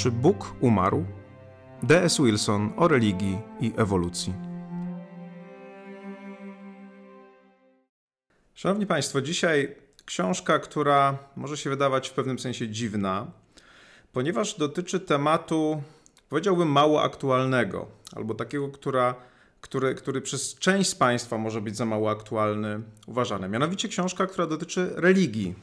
Czy Bóg umarł? D.S. Wilson o religii i ewolucji. Szanowni Państwo, dzisiaj książka, która może się wydawać w pewnym sensie dziwna, ponieważ dotyczy tematu, powiedziałbym, mało aktualnego, albo takiego, który przez część z Państwa może być za mało aktualny uważany. Mianowicie książka, która dotyczy religii.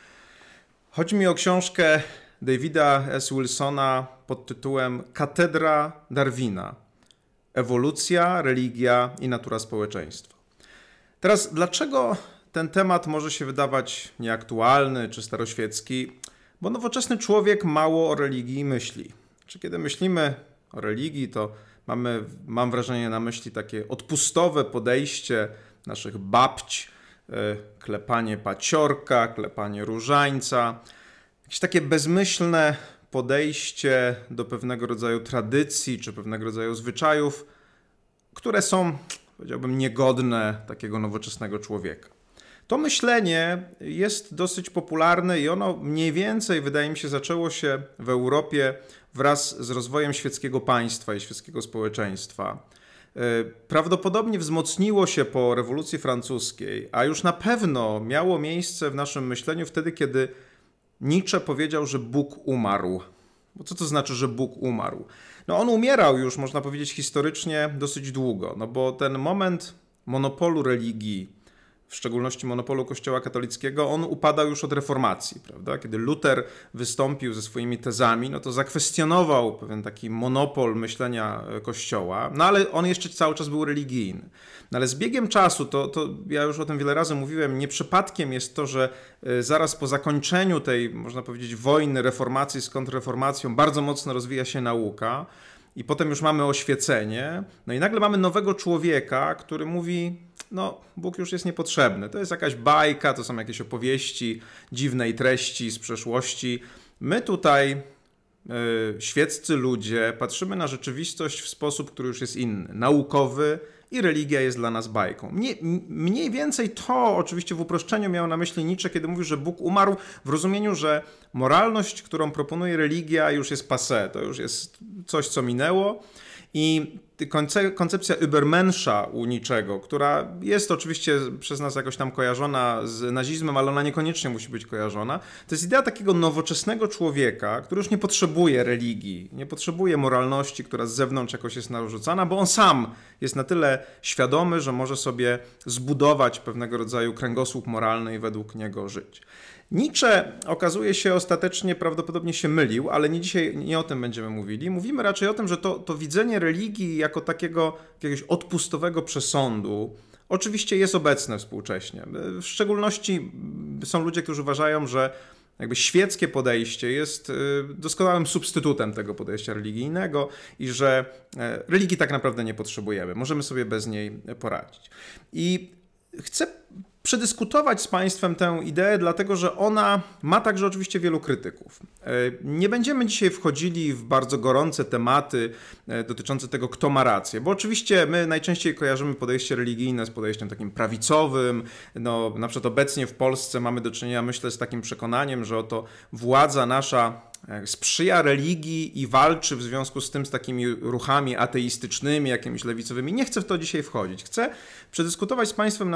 Chodzi mi o książkę Davida S. Wilsona pod tytułem Katedra Darwina. Ewolucja, religia i natura społeczeństwa. Teraz, dlaczego ten temat może się wydawać nieaktualny czy staroświecki? Bo nowoczesny człowiek mało o religii myśli. Czy kiedy myślimy o religii, to mam wrażenie na myśli takie odpustowe podejście naszych babć, klepanie paciorka, klepanie różańca, jakieś takie bezmyślne podejście do pewnego rodzaju tradycji czy pewnego rodzaju zwyczajów, które są, powiedziałbym, niegodne takiego nowoczesnego człowieka. To myślenie jest dosyć popularne i ono mniej więcej, wydaje mi się, zaczęło się w Europie wraz z rozwojem świeckiego państwa i świeckiego społeczeństwa. Prawdopodobnie wzmocniło się po rewolucji francuskiej, a już na pewno miało miejsce w naszym myśleniu wtedy, kiedy Nietzsche powiedział, że Bóg umarł. Bo co to znaczy, że Bóg umarł? No on umierał już, można powiedzieć, historycznie dosyć długo, no bo ten moment monopolu religii, w szczególności monopolu Kościoła katolickiego, on upadał już od reformacji, prawda? Kiedy Luter wystąpił ze swoimi tezami, no to zakwestionował pewien taki monopol myślenia Kościoła, no ale on jeszcze cały czas był religijny. No ale z biegiem czasu, to ja już o tym wiele razy mówiłem, nie przypadkiem jest to, że zaraz po zakończeniu tej, można powiedzieć, wojny reformacji z kontrreformacją bardzo mocno rozwija się nauka i potem już mamy oświecenie, no i nagle mamy nowego człowieka, który mówi: no, Bóg już jest niepotrzebny. To jest jakaś bajka, to są jakieś opowieści dziwnej treści z przeszłości. My tutaj, świeccy ludzie, patrzymy na rzeczywistość w sposób, który już jest inny, naukowy, i religia jest dla nas bajką. Mniej więcej to oczywiście w uproszczeniu miał na myśli Nietzsche, kiedy mówił, że Bóg umarł, w rozumieniu, że moralność, którą proponuje religia, już jest passé, to już jest coś, co minęło. I koncepcja Übermenscha u Nietzschego, która jest oczywiście przez nas jakoś tam kojarzona z nazizmem, ale ona niekoniecznie musi być kojarzona, to jest idea takiego nowoczesnego człowieka, który już nie potrzebuje religii, nie potrzebuje moralności, która z zewnątrz jakoś jest narzucana, bo on sam jest na tyle świadomy, że może sobie zbudować pewnego rodzaju kręgosłup moralny i według niego żyć. Nietzsche, okazuje się, ostatecznie prawdopodobnie się mylił, ale nie o tym będziemy mówili. Mówimy raczej o tym, że to widzenie religii jako takiego jakiegoś odpustowego przesądu oczywiście jest obecne współcześnie. W szczególności są ludzie, którzy uważają, że jakby świeckie podejście jest doskonałym substytutem tego podejścia religijnego i że religii tak naprawdę nie potrzebujemy. Możemy sobie bez niej poradzić. I chcę przedyskutować z Państwem tę ideę, dlatego że ona ma także oczywiście wielu krytyków. Nie będziemy dzisiaj wchodzili w bardzo gorące tematy dotyczące tego, kto ma rację, bo oczywiście my najczęściej kojarzymy podejście religijne z podejściem takim prawicowym. No, na przykład obecnie w Polsce mamy do czynienia, myślę, z takim przekonaniem, że oto władza nasza sprzyja religii i walczy w związku z tym z takimi ruchami ateistycznymi, jakimiś lewicowymi. Nie chcę w to dzisiaj wchodzić. Chcę przedyskutować z Państwem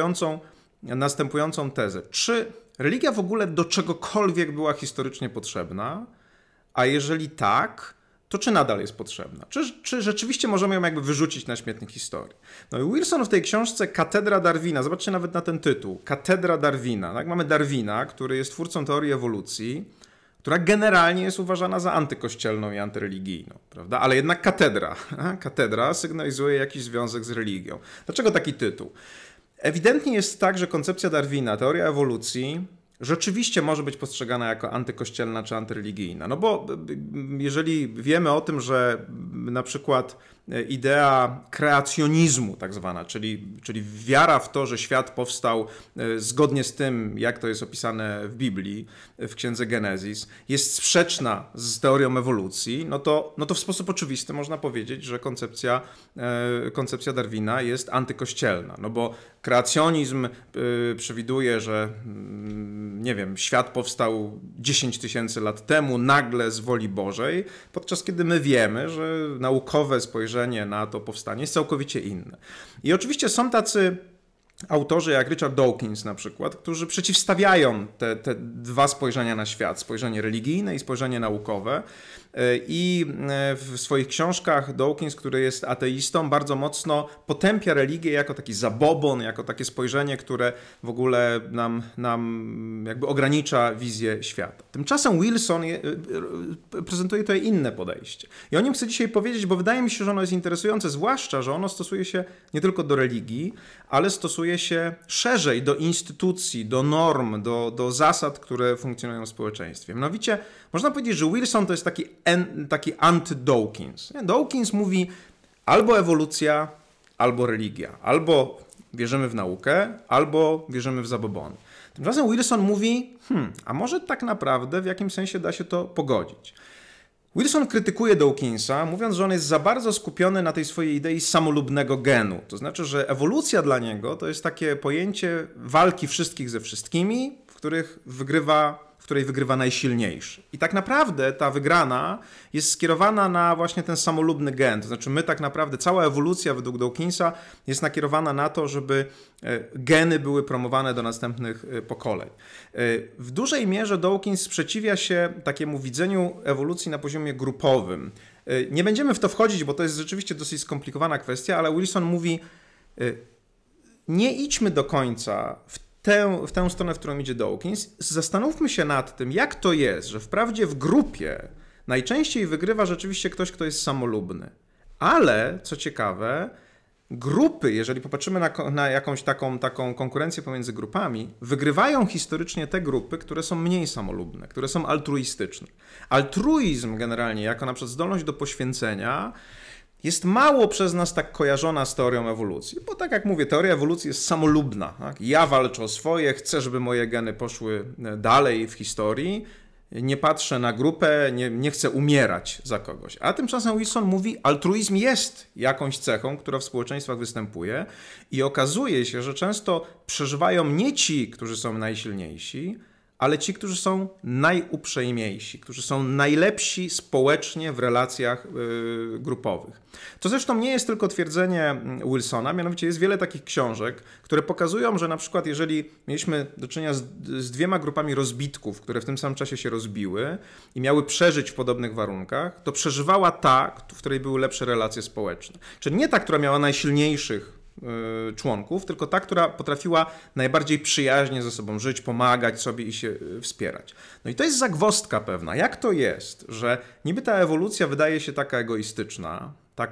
następującą tezę. Czy religia w ogóle do czegokolwiek była historycznie potrzebna? A jeżeli tak, to czy nadal jest potrzebna? Czy rzeczywiście możemy ją jakby wyrzucić na śmietnik historii? No i Wilson w tej książce Katedra Darwina, zobaczcie nawet na ten tytuł, Katedra Darwina. Tak? Mamy Darwina, który jest twórcą teorii ewolucji, która generalnie jest uważana za antykościelną i antyreligijną, prawda? Ale jednak katedra sygnalizuje jakiś związek z religią. Dlaczego taki tytuł? Ewidentnie jest tak, że koncepcja Darwina, teoria ewolucji, rzeczywiście może być postrzegana jako antykościelna czy antyreligijna. No bo jeżeli wiemy o tym, że na przykład idea kreacjonizmu tak zwana, czyli wiara w to, że świat powstał zgodnie z tym, jak to jest opisane w Biblii, w księdze Genezis, jest sprzeczna z teorią ewolucji, no to w sposób oczywisty można powiedzieć, że koncepcja Darwina jest antykościelna. No bo kreacjonizm przewiduje, że nie wiem, świat powstał 10 000 lat temu, nagle z woli Bożej, podczas kiedy my wiemy, że naukowe spojrzenie na to powstanie jest całkowicie inne. I oczywiście są tacy autorzy jak Richard Dawkins na przykład, którzy przeciwstawiają te dwa spojrzenia na świat, spojrzenie religijne i spojrzenie naukowe. I w swoich książkach Dawkins, który jest ateistą, bardzo mocno potępia religię jako taki zabobon, jako takie spojrzenie, które w ogóle nam jakby ogranicza wizję świata. Tymczasem Wilson prezentuje tutaj inne podejście. I o nim chcę dzisiaj powiedzieć, bo wydaje mi się, że ono jest interesujące, zwłaszcza, że ono stosuje się nie tylko do religii, ale stosuje się szerzej do instytucji, do norm, do zasad, które funkcjonują w społeczeństwie. Mianowicie można powiedzieć, że Wilson to jest taki anty-Dawkins. Dawkins mówi albo ewolucja, albo religia. Albo wierzymy w naukę, albo wierzymy w zabobony. Tymczasem Wilson mówi, a może tak naprawdę w jakimś sensie da się to pogodzić. Wilson krytykuje Dawkinsa, mówiąc, że on jest za bardzo skupiony na tej swojej idei samolubnego genu. To znaczy, że ewolucja dla niego to jest takie pojęcie walki wszystkich ze wszystkimi, w której wygrywa najsilniejszy. I tak naprawdę ta wygrana jest skierowana na właśnie ten samolubny gen. To znaczy my tak naprawdę, cała ewolucja według Dawkinsa jest nakierowana na to, żeby geny były promowane do następnych pokoleń. W dużej mierze Dawkins sprzeciwia się takiemu widzeniu ewolucji na poziomie grupowym. Nie będziemy w to wchodzić, bo to jest rzeczywiście dosyć skomplikowana kwestia, ale Wilson mówi, nie idźmy do końca w tę stronę, w którą idzie Dawkins. Zastanówmy się nad tym, jak to jest, że wprawdzie w grupie najczęściej wygrywa rzeczywiście ktoś, kto jest samolubny. Ale, co ciekawe, grupy, jeżeli popatrzymy na jakąś taką konkurencję pomiędzy grupami, wygrywają historycznie te grupy, które są mniej samolubne, które są altruistyczne. Altruizm generalnie, jako na przykład zdolność do poświęcenia, jest mało przez nas tak kojarzona z teorią ewolucji. Bo tak jak mówię, teoria ewolucji jest samolubna. Tak? Ja walczę o swoje, chcę, żeby moje geny poszły dalej w historii, nie patrzę na grupę, nie chcę umierać za kogoś. A tymczasem Wilson mówi, altruizm jest jakąś cechą, która w społeczeństwach występuje i okazuje się, że często przeżywają nie ci, którzy są najsilniejsi, ale ci, którzy są najuprzejmiejsi, którzy są najlepsi społecznie w relacjach grupowych. To zresztą nie jest tylko twierdzenie Wilsona, mianowicie jest wiele takich książek, które pokazują, że na przykład jeżeli mieliśmy do czynienia z dwiema grupami rozbitków, które w tym samym czasie się rozbiły i miały przeżyć w podobnych warunkach, to przeżywała ta, w której były lepsze relacje społeczne. Czyli nie ta, która miała najsilniejszych członków, tylko ta, która potrafiła najbardziej przyjaźnie ze sobą żyć, pomagać sobie i się wspierać. No i to jest zagwozdka pewna. Jak to jest, że niby ta ewolucja wydaje się taka egoistyczna,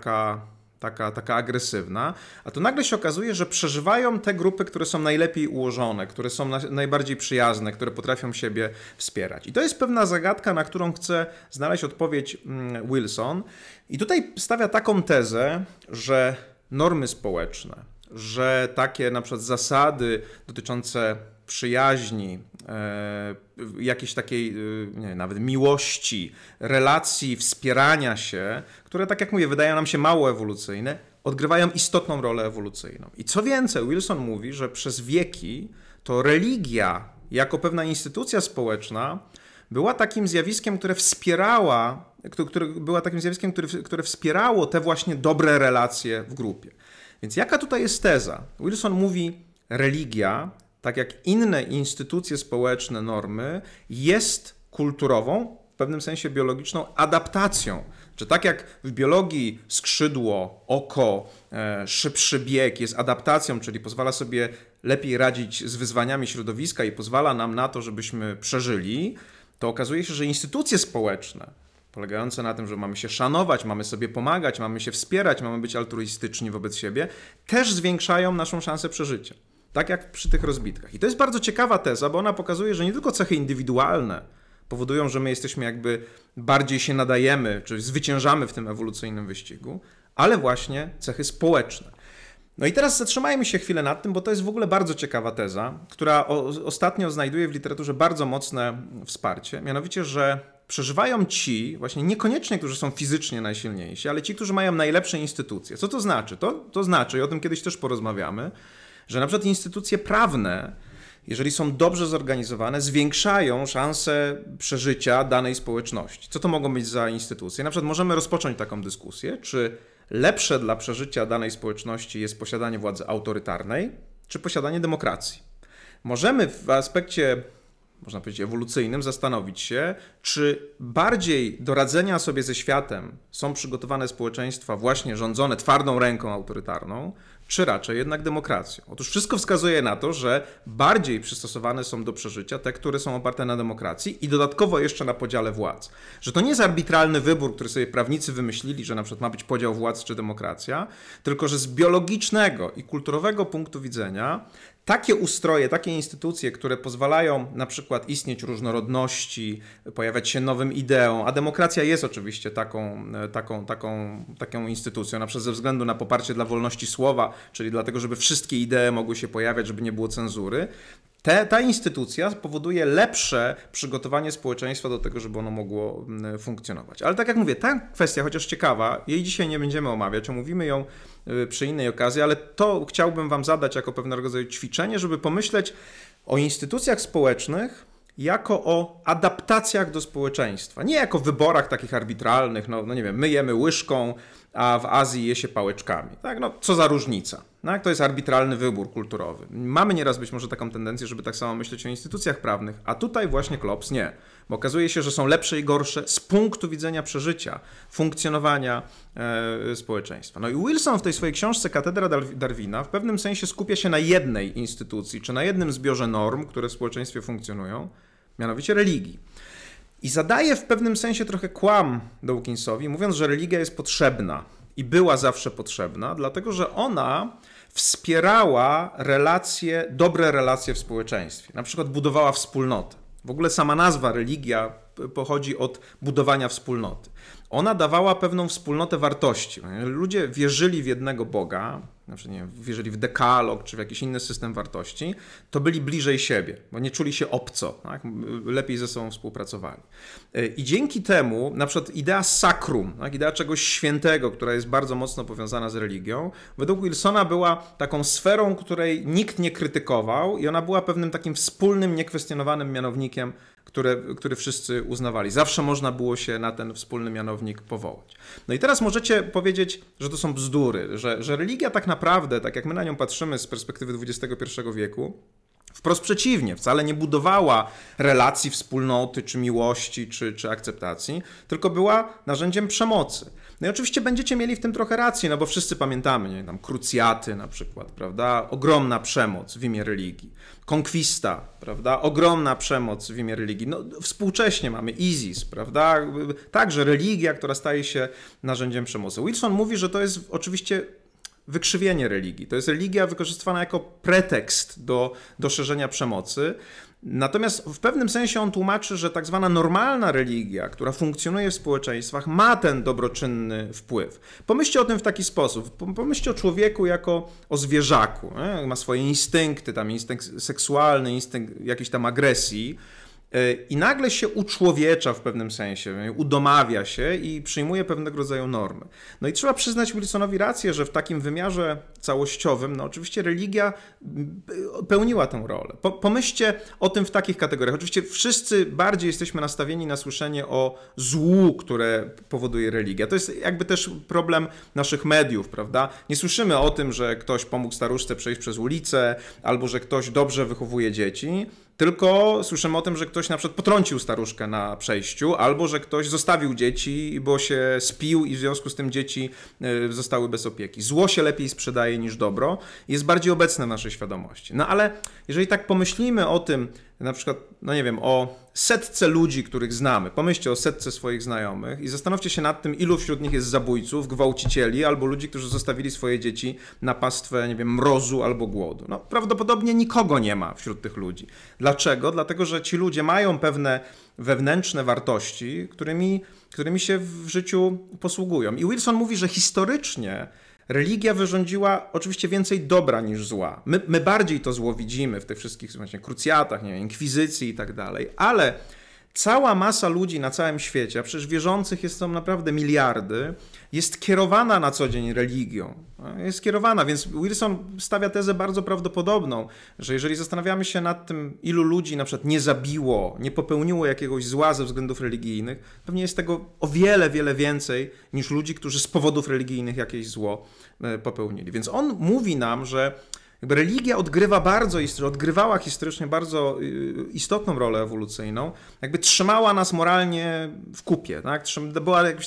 taka agresywna, a to nagle się okazuje, że przeżywają te grupy, które są najlepiej ułożone, które są najbardziej przyjazne, które potrafią siebie wspierać. I to jest pewna zagadka, na którą chce znaleźć odpowiedź Wilson. I tutaj stawia taką tezę, że normy społeczne, że takie na przykład zasady dotyczące przyjaźni, jakiejś takiej nawet miłości, relacji, wspierania się, które tak jak mówię, wydają nam się mało ewolucyjne, odgrywają istotną rolę ewolucyjną. I co więcej, Wilson mówi, że przez wieki to religia jako pewna instytucja społeczna była takim zjawiskiem, które wspierało te właśnie dobre relacje w grupie. Więc jaka tutaj jest teza? Wilson mówi, religia, tak jak inne instytucje społeczne, normy, jest kulturową, w pewnym sensie biologiczną adaptacją. Czy tak jak w biologii skrzydło, oko, szybszy bieg jest adaptacją, czyli pozwala sobie lepiej radzić z wyzwaniami środowiska i pozwala nam na to, żebyśmy przeżyli, to okazuje się, że instytucje społeczne, polegające na tym, że mamy się szanować, mamy sobie pomagać, mamy się wspierać, mamy być altruistyczni wobec siebie, też zwiększają naszą szansę przeżycia. Tak jak przy tych rozbitkach. I to jest bardzo ciekawa teza, bo ona pokazuje, że nie tylko cechy indywidualne powodują, że my jesteśmy jakby bardziej się nadajemy, czy zwyciężamy w tym ewolucyjnym wyścigu, ale właśnie cechy społeczne. No i teraz zatrzymajmy się chwilę nad tym, bo to jest w ogóle bardzo ciekawa teza, która ostatnio znajduje w literaturze bardzo mocne wsparcie, mianowicie, że przeżywają ci, właśnie niekoniecznie, którzy są fizycznie najsilniejsi, ale ci, którzy mają najlepsze instytucje. Co to znaczy? To znaczy, i o tym kiedyś też porozmawiamy, że na przykład instytucje prawne jeżeli są dobrze zorganizowane, zwiększają szanse przeżycia danej społeczności. Co to mogą być za instytucje? Na przykład możemy rozpocząć taką dyskusję, czy lepsze dla przeżycia danej społeczności jest posiadanie władzy autorytarnej, czy posiadanie demokracji. Możemy w aspekcie, można powiedzieć, ewolucyjnym zastanowić się, czy bardziej do radzenia sobie ze światem są przygotowane społeczeństwa właśnie rządzone twardą ręką autorytarną, czy raczej jednak demokracją. Otóż wszystko wskazuje na to, że bardziej przystosowane są do przeżycia te, które są oparte na demokracji i dodatkowo jeszcze na podziale władz. Że to nie jest arbitralny wybór, który sobie prawnicy wymyślili, że na przykład ma być podział władz czy demokracja, tylko że z biologicznego i kulturowego punktu widzenia takie ustroje, takie instytucje, które pozwalają na przykład istnieć różnorodności, pojawiać się nowym ideom, a demokracja jest oczywiście taką instytucją, na przykład ze względu na poparcie dla wolności słowa, czyli dlatego, żeby wszystkie idee mogły się pojawiać, żeby nie było cenzury. Ta instytucja powoduje lepsze przygotowanie społeczeństwa do tego, żeby ono mogło funkcjonować. Ale tak jak mówię, ta kwestia, chociaż ciekawa, jej dzisiaj nie będziemy omawiać, omówimy ją przy innej okazji, ale to chciałbym wam zadać jako pewnego rodzaju ćwiczenie, żeby pomyśleć o instytucjach społecznych jako o adaptacjach do społeczeństwa. Nie jako wyborach takich arbitralnych, no nie wiem, my jemy łyżką, a w Azji je się pałeczkami. Tak? No, co za różnica? Tak? To jest arbitralny wybór kulturowy. Mamy nieraz być może taką tendencję, żeby tak samo myśleć o instytucjach prawnych, a tutaj właśnie Klops nie. Bo okazuje się, że są lepsze i gorsze z punktu widzenia przeżycia, funkcjonowania społeczeństwa. No i Wilson w tej swojej książce Katedra Darwina w pewnym sensie skupia się na jednej instytucji, czy na jednym zbiorze norm, które w społeczeństwie funkcjonują, mianowicie religii. I zadaje w pewnym sensie trochę kłam Dawkinsowi, mówiąc, że religia jest potrzebna i była zawsze potrzebna, dlatego że ona wspierała dobre relacje w społeczeństwie. Na przykład budowała wspólnotę. W ogóle sama nazwa religia pochodzi od budowania wspólnoty. Ona dawała pewną wspólnotę wartości. Ludzie wierzyli w jednego Boga, na przykład, nie wiem, wierzyli w dekalog czy w jakiś inny system wartości, to byli bliżej siebie, bo nie czuli się obco, tak? Lepiej ze sobą współpracowali. I dzięki temu na przykład idea sacrum, tak? Idea czegoś świętego, która jest bardzo mocno powiązana z religią, według Wilsona była taką sferą, której nikt nie krytykował i ona była pewnym takim wspólnym, niekwestionowanym mianownikiem, który wszyscy uznawali. Zawsze można było się na ten wspólny mianownik powołać. No i teraz możecie powiedzieć, że to są bzdury, że religia tak naprawdę, tak jak my na nią patrzymy z perspektywy XXI wieku, wprost przeciwnie, wcale nie budowała relacji wspólnoty, czy miłości, czy akceptacji, tylko była narzędziem przemocy. No i oczywiście będziecie mieli w tym trochę rację, no bo wszyscy pamiętamy, nie, tam krucjaty na przykład, prawda? Ogromna przemoc w imię religii. Konkwista, prawda? Ogromna przemoc w imię religii. No współcześnie mamy ISIS, prawda? Także religia, która staje się narzędziem przemocy. Wilson mówi, że to jest oczywiście wykrzywienie religii. To jest religia wykorzystywana jako pretekst do szerzenia przemocy. Natomiast w pewnym sensie on tłumaczy, że tak zwana normalna religia, która funkcjonuje w społeczeństwach, ma ten dobroczynny wpływ. Pomyślcie o tym w taki sposób. Pomyślcie o człowieku jako o zwierzaku. Nie? Ma swoje instynkty, tam instynkt seksualny, instynkt jakiejś tam agresji. I nagle się uczłowiecza w pewnym sensie, udomawia się i przyjmuje pewnego rodzaju normy. No i trzeba przyznać Wilsonowi rację, że w takim wymiarze całościowym, no oczywiście religia pełniła tę rolę. Pomyślcie o tym w takich kategoriach. Oczywiście wszyscy bardziej jesteśmy nastawieni na słyszenie o złu, które powoduje religia. To jest jakby też problem naszych mediów, prawda? Nie słyszymy o tym, że ktoś pomógł staruszce przejść przez ulicę, albo że ktoś dobrze wychowuje dzieci, tylko słyszymy o tym, że ktoś na przykład potrącił staruszkę na przejściu, albo że ktoś zostawił dzieci, bo się spił i w związku z tym dzieci zostały bez opieki. Zło się lepiej sprzedaje niż dobro i jest bardziej obecne w naszej świadomości. No ale jeżeli tak pomyślimy o tym, na przykład, no nie wiem, o setce ludzi, których znamy, pomyślcie o setce swoich znajomych i zastanówcie się nad tym, ilu wśród nich jest zabójców, gwałcicieli albo ludzi, którzy zostawili swoje dzieci na pastwę, nie wiem, mrozu albo głodu. No prawdopodobnie nikogo nie ma wśród tych ludzi. Dlaczego? Dlatego, że ci ludzie mają pewne wewnętrzne wartości, którymi się w życiu posługują. I Wilson mówi, że historycznie religia wyrządziła oczywiście więcej dobra niż zła. My bardziej to zło widzimy w tych wszystkich właśnie krucjatach, nie wiem, inkwizycji i tak dalej, ale Cała masa ludzi na całym świecie, a przecież wierzących są naprawdę miliardy, jest kierowana na co dzień religią. Jest kierowana, więc Wilson stawia tezę bardzo prawdopodobną, że jeżeli zastanawiamy się nad tym, ilu ludzi na przykład nie zabiło, nie popełniło jakiegoś zła ze względów religijnych, pewnie jest tego o wiele, wiele więcej niż ludzi, którzy z powodów religijnych jakieś zło popełnili. Więc on mówi nam, że jakby religia odgrywała historycznie bardzo istotną rolę ewolucyjną, jakby trzymała nas moralnie w kupie, tak? Była jakimś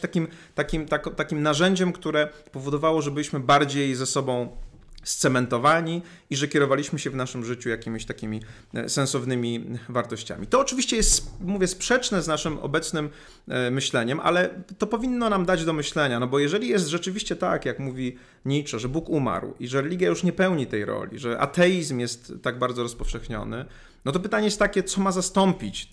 takim narzędziem, które powodowało, że byliśmy bardziej ze sobą scementowani i że kierowaliśmy się w naszym życiu jakimiś takimi sensownymi wartościami. To oczywiście jest, mówię, sprzeczne z naszym obecnym myśleniem, ale to powinno nam dać do myślenia, no bo jeżeli jest rzeczywiście tak, jak mówi Nietzsche, że Bóg umarł i że religia już nie pełni tej roli, że ateizm jest tak bardzo rozpowszechniony, no to pytanie jest takie, co ma zastąpić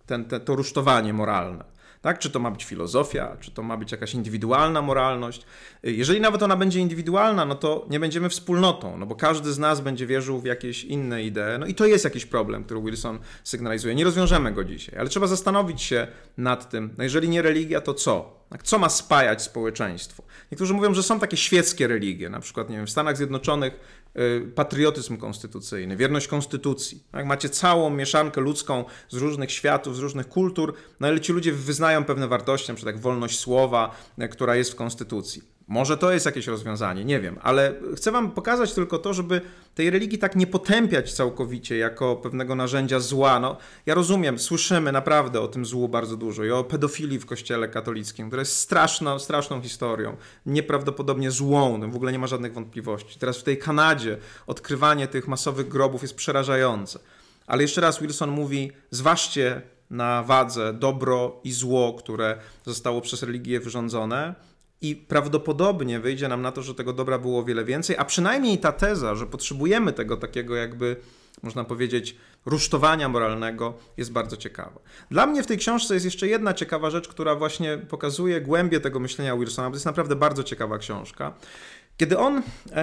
to rusztowanie moralne. Tak? Czy to ma być filozofia, czy to ma być jakaś indywidualna moralność. Jeżeli nawet ona będzie indywidualna, no to nie będziemy wspólnotą, no bo każdy z nas będzie wierzył w jakieś inne idee. No i to jest jakiś problem, który Wilson sygnalizuje. Nie rozwiążemy go dzisiaj, ale trzeba zastanowić się nad tym, no jeżeli nie religia, to co? Co ma spajać społeczeństwo? Niektórzy mówią, że są takie świeckie religie, na przykład nie wiem, w Stanach Zjednoczonych patriotyzm konstytucyjny, wierność konstytucji. Tak? Macie całą mieszankę ludzką z różnych światów, z różnych kultur, no ale ci ludzie wyznają pewne wartości, na przykład jak wolność słowa, która jest w konstytucji. Może to jest jakieś rozwiązanie, nie wiem, ale chcę wam pokazać tylko to, żeby tej religii tak nie potępiać całkowicie jako pewnego narzędzia zła. No, ja rozumiem, słyszymy naprawdę o tym złu bardzo dużo i o pedofilii w kościele katolickim, która jest straszną historią, nieprawdopodobnie złą, no, w ogóle nie ma żadnych wątpliwości. Teraz w tej Kanadzie odkrywanie tych masowych grobów jest przerażające. Ale jeszcze raz Wilson mówi, zważcie na wadze dobro i zło, które zostało przez religię wyrządzone, i prawdopodobnie wyjdzie nam na to, że tego dobra było o wiele więcej, a przynajmniej ta teza, że potrzebujemy tego takiego jakby, można powiedzieć, rusztowania moralnego jest bardzo ciekawa. Dla mnie w tej książce jest jeszcze jedna ciekawa rzecz, która właśnie pokazuje głębię tego myślenia Wilsona, bo to jest naprawdę bardzo ciekawa książka. Kiedy on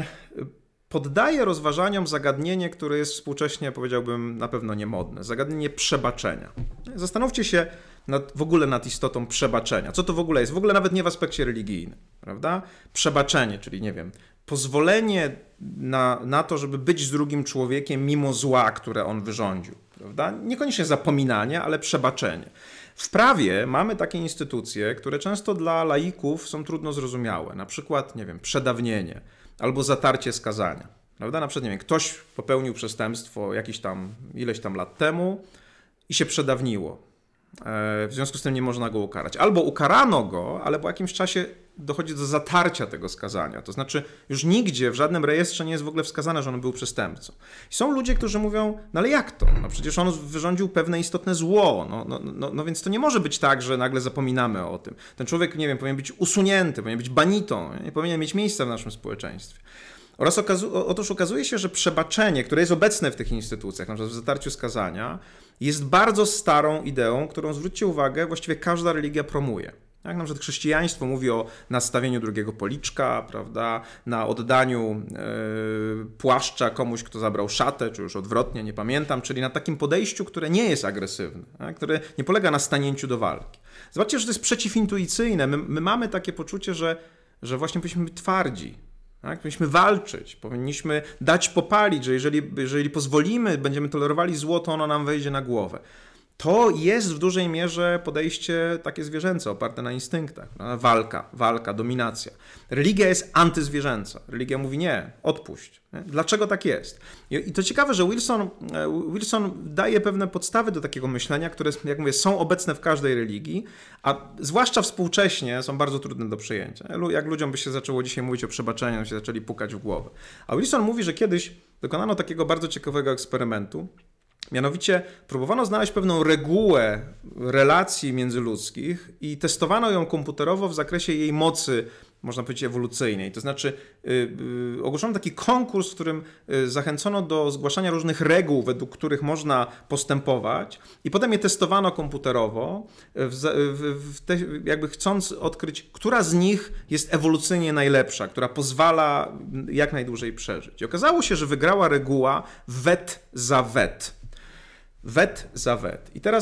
poddaje rozważaniom zagadnienie, które jest współcześnie, powiedziałbym, na pewno niemodne. Zagadnienie przebaczenia. Zastanówcie się w ogóle nad istotą przebaczenia. Co to w ogóle jest? W ogóle nawet nie w aspekcie religijnym, prawda? Przebaczenie, czyli nie wiem, pozwolenie na to, żeby być z drugim człowiekiem mimo zła, które on wyrządził, prawda? Niekoniecznie zapominanie, ale przebaczenie. W prawie mamy takie instytucje, które często dla laików są trudno zrozumiałe. Na przykład, nie wiem, przedawnienie albo zatarcie skazania, prawda? Na przykład, nie wiem, ktoś popełnił przestępstwo ileś tam lat temu i się przedawniło. W związku z tym nie można go ukarać. Albo ukarano go, ale po jakimś czasie dochodzi do zatarcia tego skazania. To znaczy już nigdzie w żadnym rejestrze nie jest w ogóle wskazane, że on był przestępcą. I są ludzie, którzy mówią, no ale jak to? No przecież on wyrządził pewne istotne zło. No więc to nie może być tak, że nagle zapominamy o tym. Ten człowiek, nie wiem, powinien być usunięty, powinien być banitą, nie powinien mieć miejsca w naszym społeczeństwie. Otóż okazuje się, że przebaczenie, które jest obecne w tych instytucjach, na przykład w zatarciu skazania, jest bardzo starą ideą, którą, zwróćcie uwagę, właściwie każda religia promuje. Jak na przykład chrześcijaństwo mówi o nastawieniu drugiego policzka, prawda, na oddaniu płaszcza komuś, kto zabrał szatę, czy już odwrotnie, nie pamiętam, czyli na takim podejściu, które nie jest agresywne, tak, które nie polega na stanięciu do walki. Zobaczcie, że to jest przeciwintuicyjne. My mamy takie poczucie, że właśnie powinniśmy być twardzi. Tak? Powinniśmy walczyć, powinniśmy dać popalić, że jeżeli pozwolimy, będziemy tolerowali zło, to ono nam wejdzie na głowę. To jest w dużej mierze podejście takie zwierzęce, oparte na instynktach. Walka, dominacja. Religia jest antyzwierzęca. Religia mówi nie, odpuść. Nie? Dlaczego tak jest? I to ciekawe, że Wilson daje pewne podstawy do takiego myślenia, które, jak mówię, są obecne w każdej religii, a zwłaszcza współcześnie są bardzo trudne do przyjęcia. Jak ludziom by się zaczęło dzisiaj mówić o przebaczeniu, się zaczęli pukać w głowę. A Wilson mówi, że kiedyś dokonano takiego bardzo ciekawego eksperymentu. Mianowicie próbowano znaleźć pewną regułę relacji międzyludzkich i testowano ją komputerowo w zakresie jej mocy, można powiedzieć, ewolucyjnej. To znaczy ogłoszono taki konkurs, w którym zachęcono do zgłaszania różnych reguł, według których można postępować i potem je testowano komputerowo, jakby chcąc odkryć, która z nich jest ewolucyjnie najlepsza, która pozwala jak najdłużej przeżyć. I okazało się, że wygrała reguła wet za wet. Wet za wet. I teraz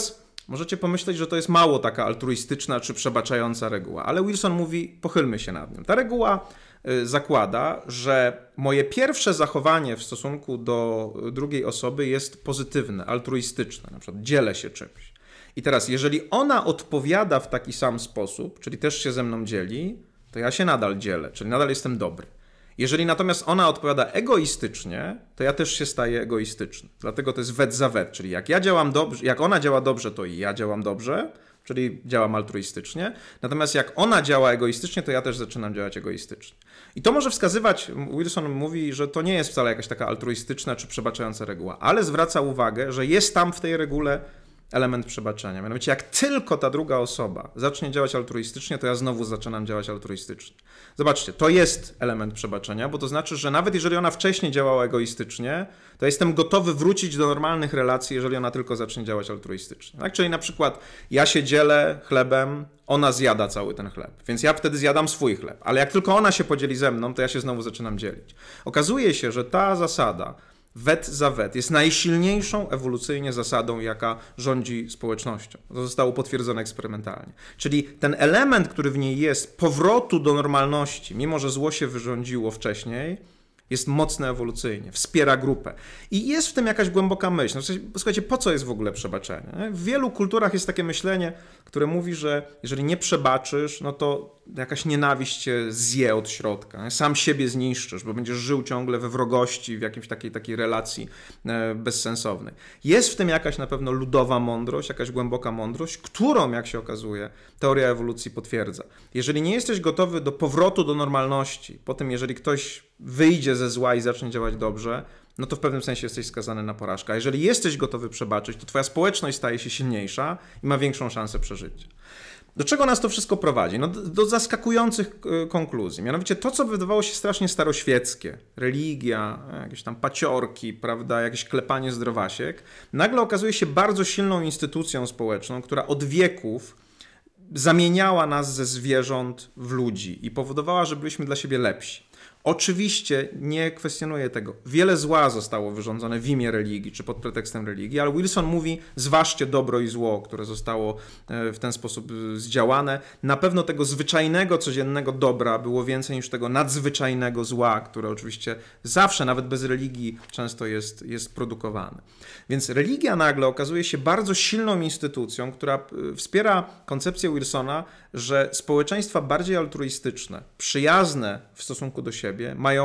możecie pomyśleć, że to jest mało taka altruistyczna czy przebaczająca reguła, ale Wilson mówi, pochylmy się nad nią. Ta reguła zakłada, że moje pierwsze zachowanie w stosunku do drugiej osoby jest pozytywne, altruistyczne, na przykład dzielę się czymś. I teraz, jeżeli ona odpowiada w taki sam sposób, czyli też się ze mną dzieli, to ja się nadal dzielę, czyli nadal jestem dobry. Jeżeli natomiast ona odpowiada egoistycznie, to ja też się staję egoistyczny. Dlatego to jest wet za wet, czyli jak ja działam dobrze, jak ona działa dobrze, to i ja działam dobrze, czyli działam altruistycznie. Natomiast jak ona działa egoistycznie, to ja też zaczynam działać egoistycznie. I to może wskazywać, Wilson mówi, że to nie jest wcale jakaś taka altruistyczna czy przebaczająca reguła, ale zwraca uwagę, że jest tam w tej regule element przebaczenia. Mianowicie jak tylko ta druga osoba zacznie działać altruistycznie, to ja znowu zaczynam działać altruistycznie. Zobaczcie, to jest element przebaczenia, bo to znaczy, że nawet jeżeli ona wcześniej działała egoistycznie, to jestem gotowy wrócić do normalnych relacji, jeżeli ona tylko zacznie działać altruistycznie. Tak? Czyli na przykład ja się dzielę chlebem, ona zjada cały ten chleb, więc ja wtedy zjadam swój chleb, ale jak tylko ona się podzieli ze mną, to ja się znowu zaczynam dzielić. Okazuje się, że ta zasada wet za wet jest najsilniejszą ewolucyjnie zasadą, jaka rządzi społecznością. To zostało potwierdzone eksperymentalnie. Czyli ten element, który w niej jest, powrotu do normalności, mimo że zło się wyrządziło wcześniej, jest mocny ewolucyjnie, wspiera grupę. I jest w tym jakaś głęboka myśl. No, słuchajcie, po co jest w ogóle przebaczenie? W wielu kulturach jest takie myślenie, które mówi, że jeżeli nie przebaczysz, no to jakaś nienawiść cię zje od środka. Sam siebie zniszczysz, bo będziesz żył ciągle we wrogości, w jakiejś takiej relacji bezsensownej. Jest w tym jakaś na pewno ludowa mądrość, jakaś głęboka mądrość, którą, jak się okazuje, teoria ewolucji potwierdza. Jeżeli nie jesteś gotowy do powrotu do normalności, po tym, jeżeli ktoś wyjdzie ze zła i zacznie działać dobrze, no to w pewnym sensie jesteś skazany na porażkę. A jeżeli jesteś gotowy przebaczyć, to twoja społeczność staje się silniejsza i ma większą szansę przeżycia. Do czego nas to wszystko prowadzi? No do zaskakujących konkluzji. Mianowicie to, co wydawało się strasznie staroświeckie, religia, jakieś tam paciorki, prawda, jakieś klepanie zdrowasiek, nagle okazuje się bardzo silną instytucją społeczną, która od wieków zamieniała nas ze zwierząt w ludzi i powodowała, że byliśmy dla siebie lepsi. Oczywiście nie kwestionuję tego. Wiele zła zostało wyrządzone w imię religii, czy pod pretekstem religii, ale Wilson mówi, zważcie dobro i zło, które zostało w ten sposób zdziałane. Na pewno tego zwyczajnego, codziennego dobra było więcej niż tego nadzwyczajnego zła, które oczywiście zawsze, nawet bez religii, często jest produkowane. Więc religia nagle okazuje się bardzo silną instytucją, która wspiera koncepcję Wilsona, że społeczeństwa bardziej altruistyczne, przyjazne w stosunku do siebie,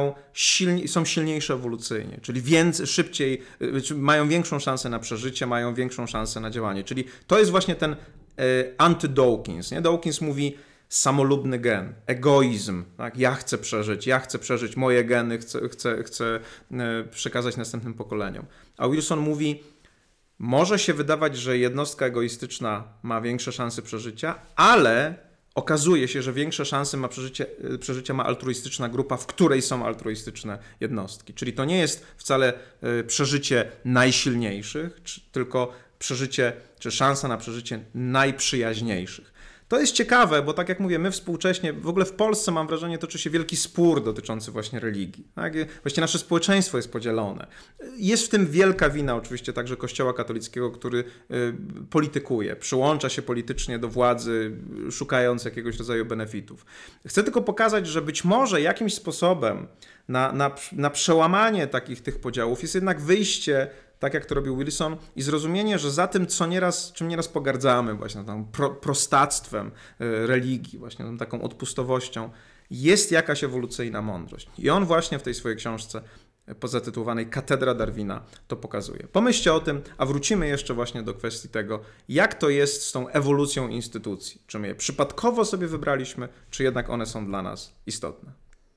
są silniejsze ewolucyjnie, czyli szybciej, mają większą szansę na przeżycie, mają większą szansę na działanie. Czyli to jest właśnie ten anty-Dawkins. Nie? Dawkins mówi samolubny gen, egoizm. Tak? Ja chcę przeżyć moje geny, chcę przekazać następnym pokoleniom. A Wilson mówi, może się wydawać, że jednostka egoistyczna ma większe szanse przeżycia, ale okazuje się, że większe szanse przeżycia ma altruistyczna grupa, w której są altruistyczne jednostki. Czyli to nie jest wcale przeżycie najsilniejszych, tylko przeżycie, czy szansa na przeżycie najprzyjaźniejszych. To jest ciekawe, bo tak jak mówię, my współcześnie, w ogóle w Polsce mam wrażenie, toczy się wielki spór dotyczący właśnie religii. Tak? Właściwie nasze społeczeństwo jest podzielone. Jest w tym wielka wina oczywiście także Kościoła katolickiego, który politykuje, przyłącza się politycznie do władzy, szukając jakiegoś rodzaju benefitów. Chcę tylko pokazać, że być może jakimś sposobem na przełamanie tych podziałów jest jednak wyjście, tak jak to robił Wilson, i zrozumienie, że za tym, czym nieraz pogardzamy, właśnie tą prostactwem religii, właśnie tą taką odpustowością, jest jakaś ewolucyjna mądrość. I on właśnie w tej swojej książce pozatytułowanej Katedra Darwina to pokazuje. Pomyślcie o tym, a wrócimy jeszcze właśnie do kwestii tego, jak to jest z tą ewolucją instytucji. Czy my je przypadkowo sobie wybraliśmy, czy jednak one są dla nas istotne.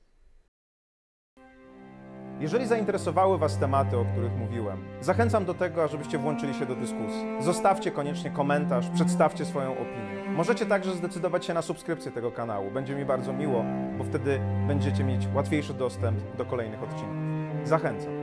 Jeżeli zainteresowały Was tematy, o których mówiłem, zachęcam do tego, ażebyście włączyli się do dyskusji. Zostawcie koniecznie komentarz, przedstawcie swoją opinię. Możecie także zdecydować się na subskrypcję tego kanału. Będzie mi bardzo miło, bo wtedy będziecie mieć łatwiejszy dostęp do kolejnych odcinków. Zachęcam.